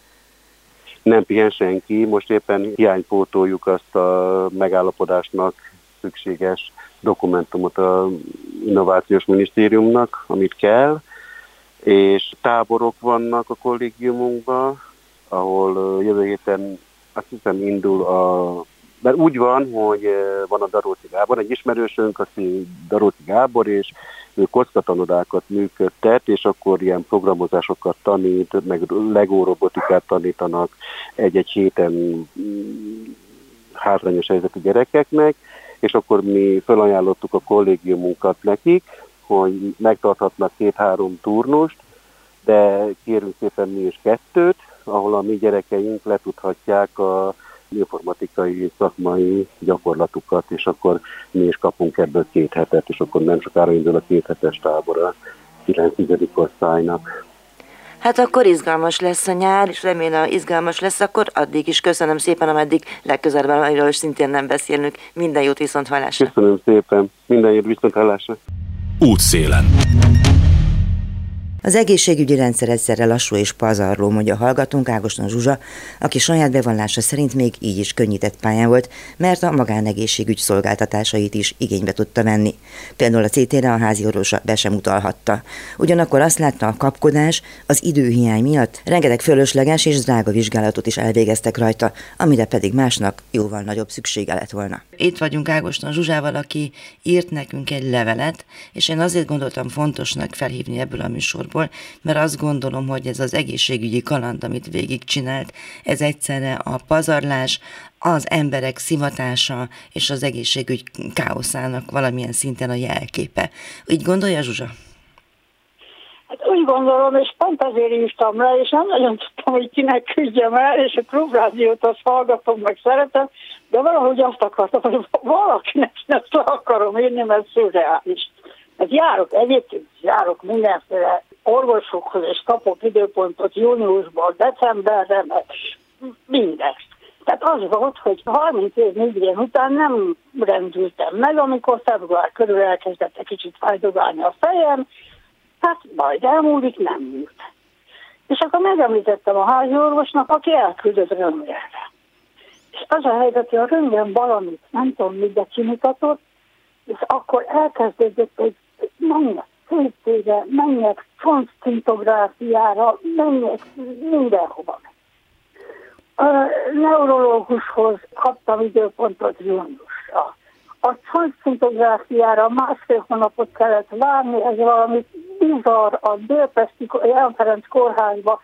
Nem pihen senki, most éppen hiánypótoljuk azt a megállapodásnak szükséges dokumentumot az Innovációs Minisztériumnak, amit kell, és táborok vannak a kollégiumunkban, ahol jövő héten azt hiszem indul mert úgy van, hogy van a Daróci Gábor, egy ismerősünk, aki Daróci Gábor, és ő kockatanodákat működtet, és akkor ilyen programozásokat tanít, meg Lego robotikát tanítanak egy-egy héten hátrányos helyzetű gyerekeknek, és akkor mi felajánlottuk a kollégiumunkat nekik, hogy megtarthatnak 2-3 turnust, de kérünk szépen mi is 2, ahol a mi gyerekeink letudhatják a informatikai, szakmai gyakorlatukat, és akkor mi is kapunk ebből 2 hetet, és akkor nem sokára indul a 2 hetes tábor a 9. osztálynak. Hát akkor izgalmas lesz a nyár, és remélem izgalmas lesz, akkor addig is köszönöm szépen, ameddig legközelebb, amiről szintén nem beszélünk. Minden jót, viszonthallásra! Köszönöm szépen, minden jót, viszonthallásra! Útszélen. Az egészségügyi rendszer egyszerre lassú és pazarló, mondja hallgatónk Ágoston Zsuzsa, aki saját bevallása szerint még így is könnyített pályán volt, mert a magánegészségügy szolgáltatásait is igénybe tudta venni. Például a CT-re a házi orvosa be sem utalhatta. Ugyanakkor azt látta, a kapkodás az időhiány miatt rengeteg fölösleges és drága vizsgálatot is elvégeztek rajta, amire pedig másnak jóval nagyobb szüksége lett volna. Itt vagyunk Ágoston Zsuzsával, aki írt nekünk egy levelet, és én azért gondoltam fontosnak felhívni ebből a műsorból, mert azt gondolom, hogy ez az egészségügyi kaland, amit végigcsinált, ez egyszerre a pazarlás, az emberek szivatása és az egészségügy káoszának valamilyen szinten a jelképe. Így gondolja, Zsuzsa? Hát úgy gondolom, és pont azért írtam le, és nem nagyon tudtam, hogy kinek küldjem el, és a klubrádiót azt hallgatom, meg szeretem, de valahogy azt akartam, hogy valakinek ezt le akarom írni, mert szürreális. Hát járok mindenféle orvosokhoz, és kapok időpontot júniusban, decemberre, meg mindezt. Tehát az volt, hogy 30 év migrén után nem rendültem meg, amikor február körül elkezdett egy kicsit fájdogálni a fejem, hát majd elmúlik, nem múlt. És akkor megemlítettem a házi orvosnak, aki elküldött röntgenre. És az a helyzet, hogy a röntgen valamit, nem tudom mit, de kimutatott, és akkor elkezdődött, hogy menjek CT-re, menjek csontszintográfiára, menjek mindenhova. A neurológushoz kaptam időpontot júniusra. A csontszintográfiára 1,5 hónapot kellett várni, ez valami bizarr, a Délpesti Jan Ferenc kórházba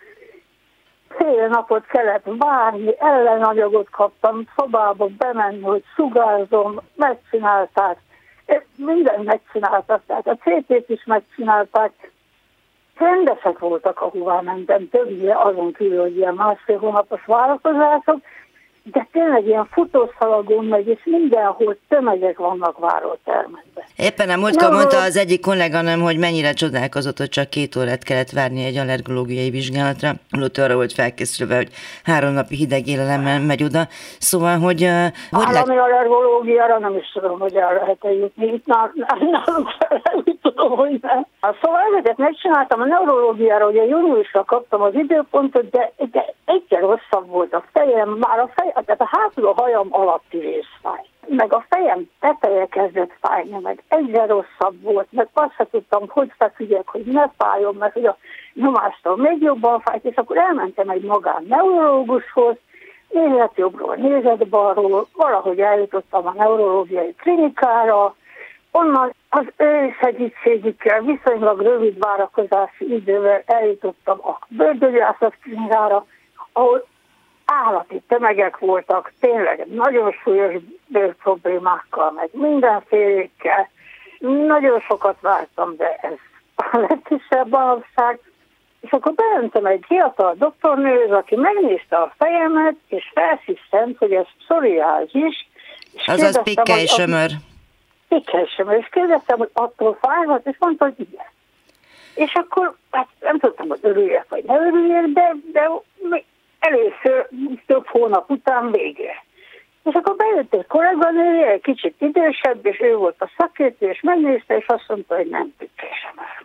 fél napot kellett várni, ellenanyagot kaptam, szobába bemenni, hogy sugárzom, megcsinálták, mindent megcsináltak, tehát a CT-t is megcsinálták, rendesek voltak, ahová mentem, többnyire azon kívül, hogy ilyen 1,5 hónapos várakozások, de tényleg ilyen futószalagon megy, és mindenhol tömegek vannak várótermekben. Éppen a múltkor mondta az egyik kolléganőm, hogy mennyire csodálkozott, hogy csak 2 órát kellett várni egy allergológiai vizsgálatra. Holott arra volt felkészülve, hogy 3 napi hideg élelemmel megy oda. Szóval, hogy... Állami allergológiára nem is tudom, hogy el lehet jutni. Itt nálunk fel, úgy tudom, hogy nem. Szóval ezeket megcsináltam a neurológiára, ugye júniusra kaptam az időpontot, de egyre rosszabb volt a fejem, már tehát a hátul a hajam alatti rész fáj. Meg a fejem teteje kezdett fájni, meg egyre rosszabb volt, meg azt se tudtam, hogy feküdjek, hogy ne fájjon, mert hogy a nyomástól még jobban fájt, és akkor elmentem egy magán neurológushoz, nézett jobbról, nézett balról, valahogy eljutottam a neurológiai klinikára, onnan az ő segítségükkel, viszonylag rövid várakozási idővel eljutottam a bőrgyógyászat klinikára, ahol állati tömegek voltak, tényleg nagyon súlyos bőrproblémákkal, meg mindenfélékkel. Nagyon sokat vártam, de ez a legkisebb manapság. És akkor bejöntem egy fiatal doktornőhöz, aki megnézte a fejemet, és felszisztent, hogy ez pszoriázis. Azaz pikkely-sömör. Pikkely-sömör. És kérdeztem, hogy attól fájhat, és mondta, hogy igen. És akkor hát nem tudtam, hogy örüljek, vagy ne örüljek, de először több hónap után végre. És akkor bejött egy kolléganő, egy kicsit idősebb, és ő volt a szakértő, és megnézte, és azt mondta, hogy nem pikkely-sömör.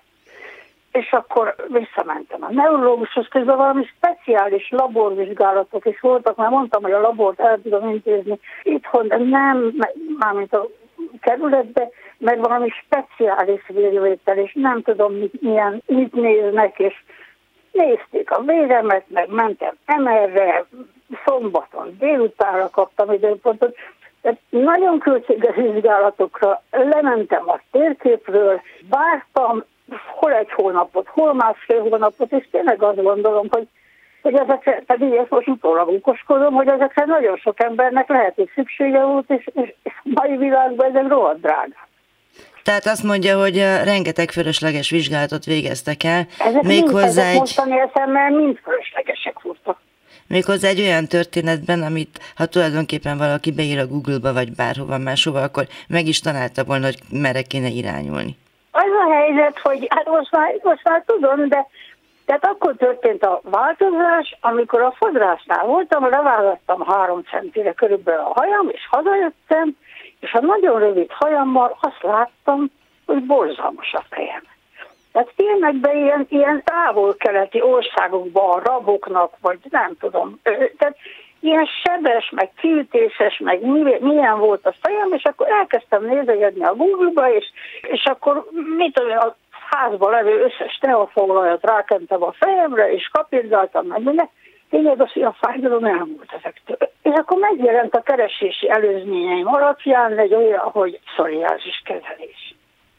És akkor visszamentem a neurológushoz, közben valami speciális laborvizsgálatok is voltak, mert mondtam, hogy a labort el tudom intézni itthon, de nem, mármint a kerületbe, meg valami speciális vérvétel, és nem tudom, mit néznek, és nézték a véremet, meg mentem MR-re, szombaton délutánra kaptam időpontot, tehát nagyon költséges vizsgálatokra lementem a térképről, vártam, hol 1 hónapot, hol 1,5 hónapot, és tényleg azt gondolom, hogy ezekre, pedig ezt most utólag okoskodom, hogy ezekre nagyon sok embernek lehet, hogy szüksége volt, és mai világban ezek rohadt drágák. Tehát azt mondja, hogy rengeteg fölösleges vizsgálatot végeztek el. Ezek mostani eszemmel mind fölöslegesek voltak. Méghozzá egy olyan történetben, amit ha tulajdonképpen valaki beír a Google-ba, vagy bárhova máshova, akkor meg is találta volna, hogy merre kéne irányulni. Az a helyzet, hogy hát most már tudom, de tehát akkor történt a változás, amikor a fodrásznál voltam, levágattam 3 centire körülbelül a hajam, és hazajöttem, és a nagyon rövid hajammal azt láttam, hogy borzalmas a fejem. Tehát filmekben ilyen távol-keleti országokban a raboknak, vagy nem tudom, tehát ilyen sebes, meg kiütéses, meg milyen volt a fejem, és akkor elkezdtem nézegetni a Google-ba, és akkor a házban levő összes teafoglalajat rákentem a fejemre, és kapirgáltam meg minden. Tényleg az, hogy a fájdalom elmúlt ezektől. És akkor megjelent a keresési előzményeim alapján egy olyan, hogy pszoriázis kezelés.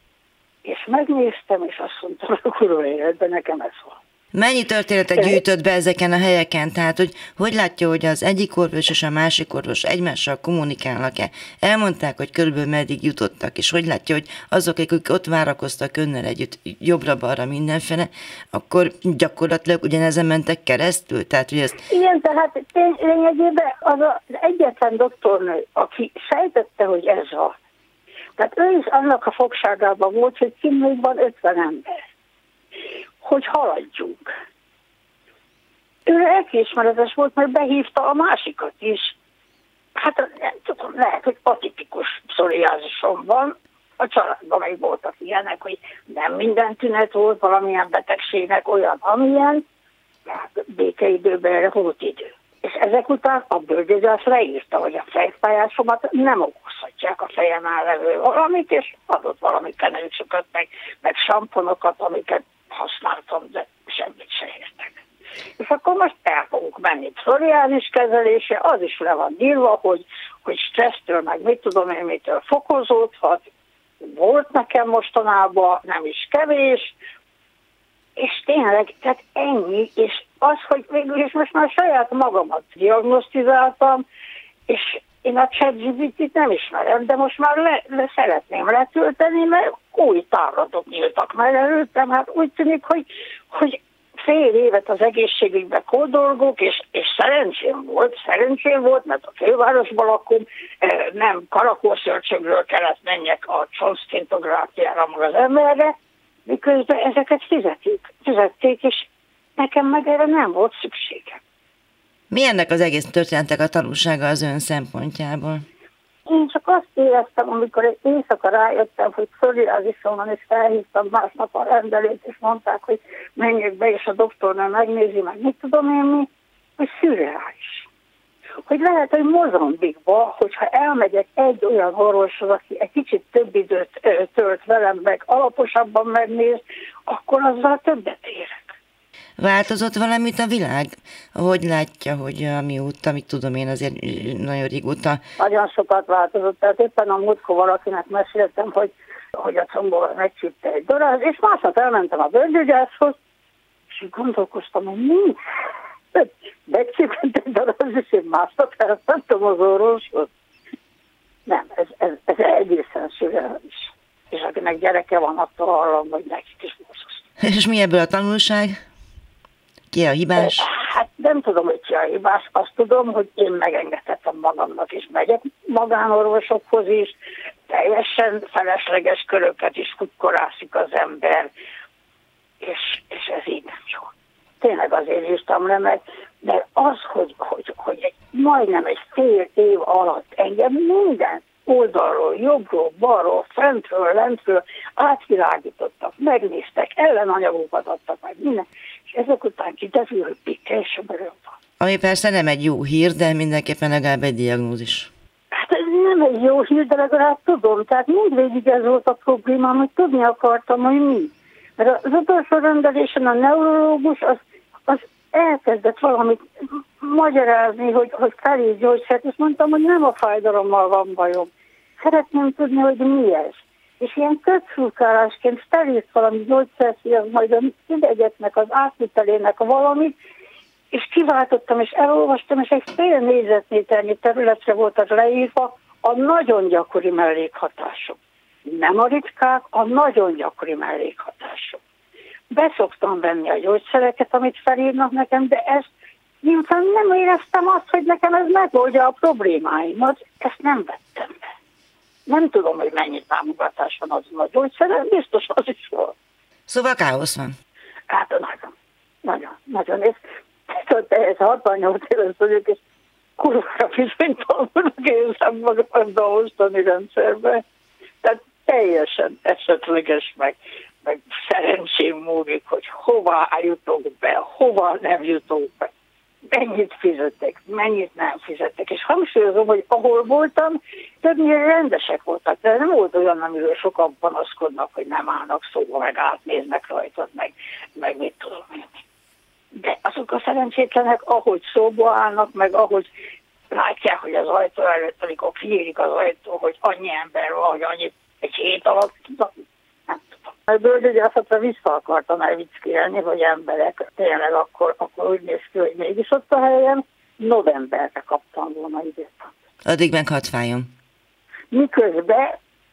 És megnéztem, és azt mondtam, hogy kurva életben nekem ez van. Mennyi történetet gyűjtött be ezeken a helyeken? Tehát, hogy látja, hogy az egyik orvos és a másik orvos egymással kommunikálnak-e? Elmondták, hogy körülbelül meddig jutottak, és hogy látja, hogy azok, akik ott várakoztak önnel együtt, jobbra-balra mindenfele, akkor gyakorlatilag ugyanezen mentek keresztül? Tehát, hogy ezt... Igen, tehát lényegében az egyetlen doktornő, aki sejtette, hogy ez van. Tehát ő is annak a fogságában volt, hogy kint még van 50 ember. Hogy haladjunk. ő lelkiismeretes volt, mert behívta a másikat is. Hát nem tudom, lehet, hogy atipikus pszoriázisom van. A családban még voltak ilyenek, hogy nem minden tünet volt, valamilyen betegségnek olyan, amilyen, hát békeidőben erre volt idő. És ezek után a bőrgyógyász leírta, hogy a fejfájásomat nem okozhatják a fejemen levő valamit, és adott valami kenőcsöket, meg samponokat, amiket használtam, de semmit se értek. És akkor most el fogunk menni pszoriázis kezelésre, az is le van írva, hogy stressztől, meg mit tudom én, mitől fokozódhat. Volt nekem mostanában, nem is kevés, és tényleg, tehát ennyi, és az, hogy végül is most már saját magamat diagnosztizáltam, és én a ChatGPT-t nem ismerem, de most már szeretném letölteni, mert új távlatok nyíltak meg előttem, hát úgy tűnik, hogy fél évet az egészségügyben kódolgok, és szerencsém volt, mert a fővárosban lakom, nem karakolszörcsögről kellett menjek a csontszintográfiára meg az emberre, miközben ezeket fizették, és nekem meg erre nem volt szükségem. Mi ennek az egész történetnek a tanulsága az ön szempontjából? Én csak azt éreztem, amikor egy éjszaka rájöttem, hogy pszoriázisom van, és felhívtam másnap a rendelőt, és mondták, hogy menjek be, és a doktornő megnézi, meg mit tudom én mi, hogy szürreális. Hogy lehet, hogy Mozambikba, hogyha elmegyek egy olyan orvoshoz, aki egy kicsit több időt tölt velem, meg alaposabban megnéz, akkor azzal többet érek. Változott valamit a világ? Hogy látja, hogy amióta, mit tudom én, azért nagyon régóta... Nagyon sokat változott, tehát éppen a múltkor valakinek meséltem, hogy a combóval megcsípte egy daráz, és másnap elmentem a bőrgyógyászhoz, és gondolkoztam, hogy mi? Megcsípett egy daráz, és én másnap elmentem az orvoshoz. Nem, ez egészen szürreális. És akinek gyereke van, attól hallom, hogy nekik is borzasztó. És mi ebből a tanulság? Ki a hibás? Hát nem tudom, hogy ki a hibás. Azt tudom, hogy én megengedhetem magamnak is. Megyek magánorvosokhoz is, teljesen felesleges köröket is kukkorászik az ember, és ez így nem jó. Tényleg azért írtam le, mert az, hogy majdnem egy fél év alatt engem minden oldalról, jobbról, balról, fentről, lentről átvilágítottak, megnéztek, ellenanyagokat adtak meg minden, és ezek után kiderül, hogy pikkelyes bőröm van. Ami persze nem egy jó hír, de mindenképpen legalább egy diagnózis. Hát ez nem egy jó hír, de legalább tudom. Tehát mindvégig ez volt a problémám, hogy tudni akartam, hogy mi. Mert az utolsó rendelésen a neurológus az elkezdett valamit magyarázni, hogy felír gyógyszert, és mondtam, hogy nem a fájdalommal van bajom. Szeretném tudni, hogy mi ez. És ilyen kötszurkálásként felírt valami gyógyszert, hogy az majd az idegeknek, az átvitelének valamit, és kiváltottam, és elolvastam, és egy fél négyzetméternyi területre volt az leírva a nagyon gyakori mellékhatások. Nem a ritkák, a nagyon gyakori mellékhatások. Beszoktam venni a gyógyszereket, amit felírnak nekem, de ezt miután nem éreztem azt, hogy nekem ez megoldja a problémáimat, ezt nem vettem be. Nem tudom, hogy mennyi támogatás van azon a gyógyszeren, biztos az is volt. Szóval káosz van. Hát nagyon. És ez 68 éves vagyok, és kurvára bizonytalanul érzem magam ebben a mostani rendszerben. Tehát teljesen esetleges, meg szerencsém múlik, hogy hova jutok be, hova nem jutok be. Mennyit fizettek, mennyit nem fizettek. És hangsúlyozom, hogy ahol voltam, többnyire rendesek voltak. De nem volt olyan, amiről sokan panaszkodnak, hogy nem állnak szóba, meg átnéznek rajtad, meg mit tudom én. De azok a szerencsétlenek, ahogy szóba állnak, meg ahogy látják, hogy az ajtó előtt, amikor kinyílik az ajtó, hogy annyi ember van, hogy annyi egy hét alatt, nem tudom. A bőrgyógyászatra vissza akartam elvickélni, hogy emberek tényleg akkor úgy néz ki, hogy mégis ott a helyen, novemberre kaptam volna időt. Addig meg hadd fájjon. Miközben,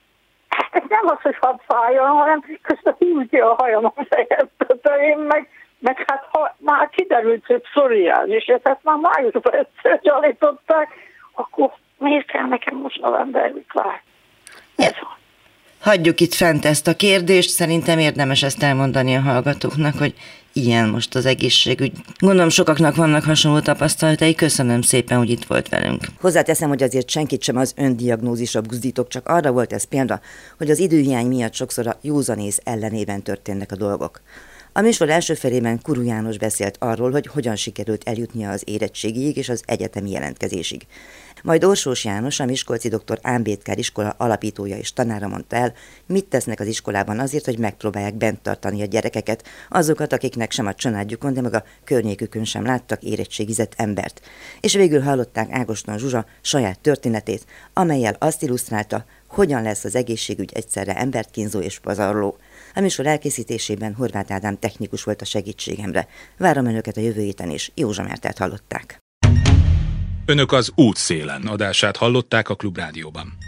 ez nem az, hogy hadd fájjon, hanem közben húzja a hajam a fejem tetején, meg hát már kiderült, hogy pszoriázis, és ezt már májusban egyszer gyanították, akkor miért kell nekem most novemberig várni? Ez van. Hagyjuk itt fent ezt a kérdést, szerintem érdemes ezt elmondani a hallgatóknak, hogy ilyen most az egészségügy. Gondolom sokaknak vannak hasonló tapasztalatai, köszönöm szépen, hogy itt volt velünk. Hozzáteszem, hogy azért senkit sem az öndiagnózisra buzdítok, csak arra volt ez példa, hogy az időhiány miatt sokszor a józanész ellenében történnek a dolgok. A műsor első felében Kuru János beszélt arról, hogy hogyan sikerült eljutnia az érettségiig és az egyetemi jelentkezésig. Majd Orsós János, a Miskolci Dr. Ámbétkár iskola alapítója és tanára mondta el, mit tesznek az iskolában azért, hogy megpróbálják bent tartani a gyerekeket, azokat, akiknek sem a családjukon, de meg a környékükön sem láttak érettségizett embert. És végül hallották Ágoston Zsuzsa saját történetét, amellyel azt illusztrálta, hogyan lesz az egészségügy egyszerre embert kínzó és pazarló. A műsor elkészítésében Horváth Ádám technikus volt a segítségemre. Várom önöket a jövő héten is. Józsa Mártát hallották. Önök az Útszélen adását hallották a Klubrádióban.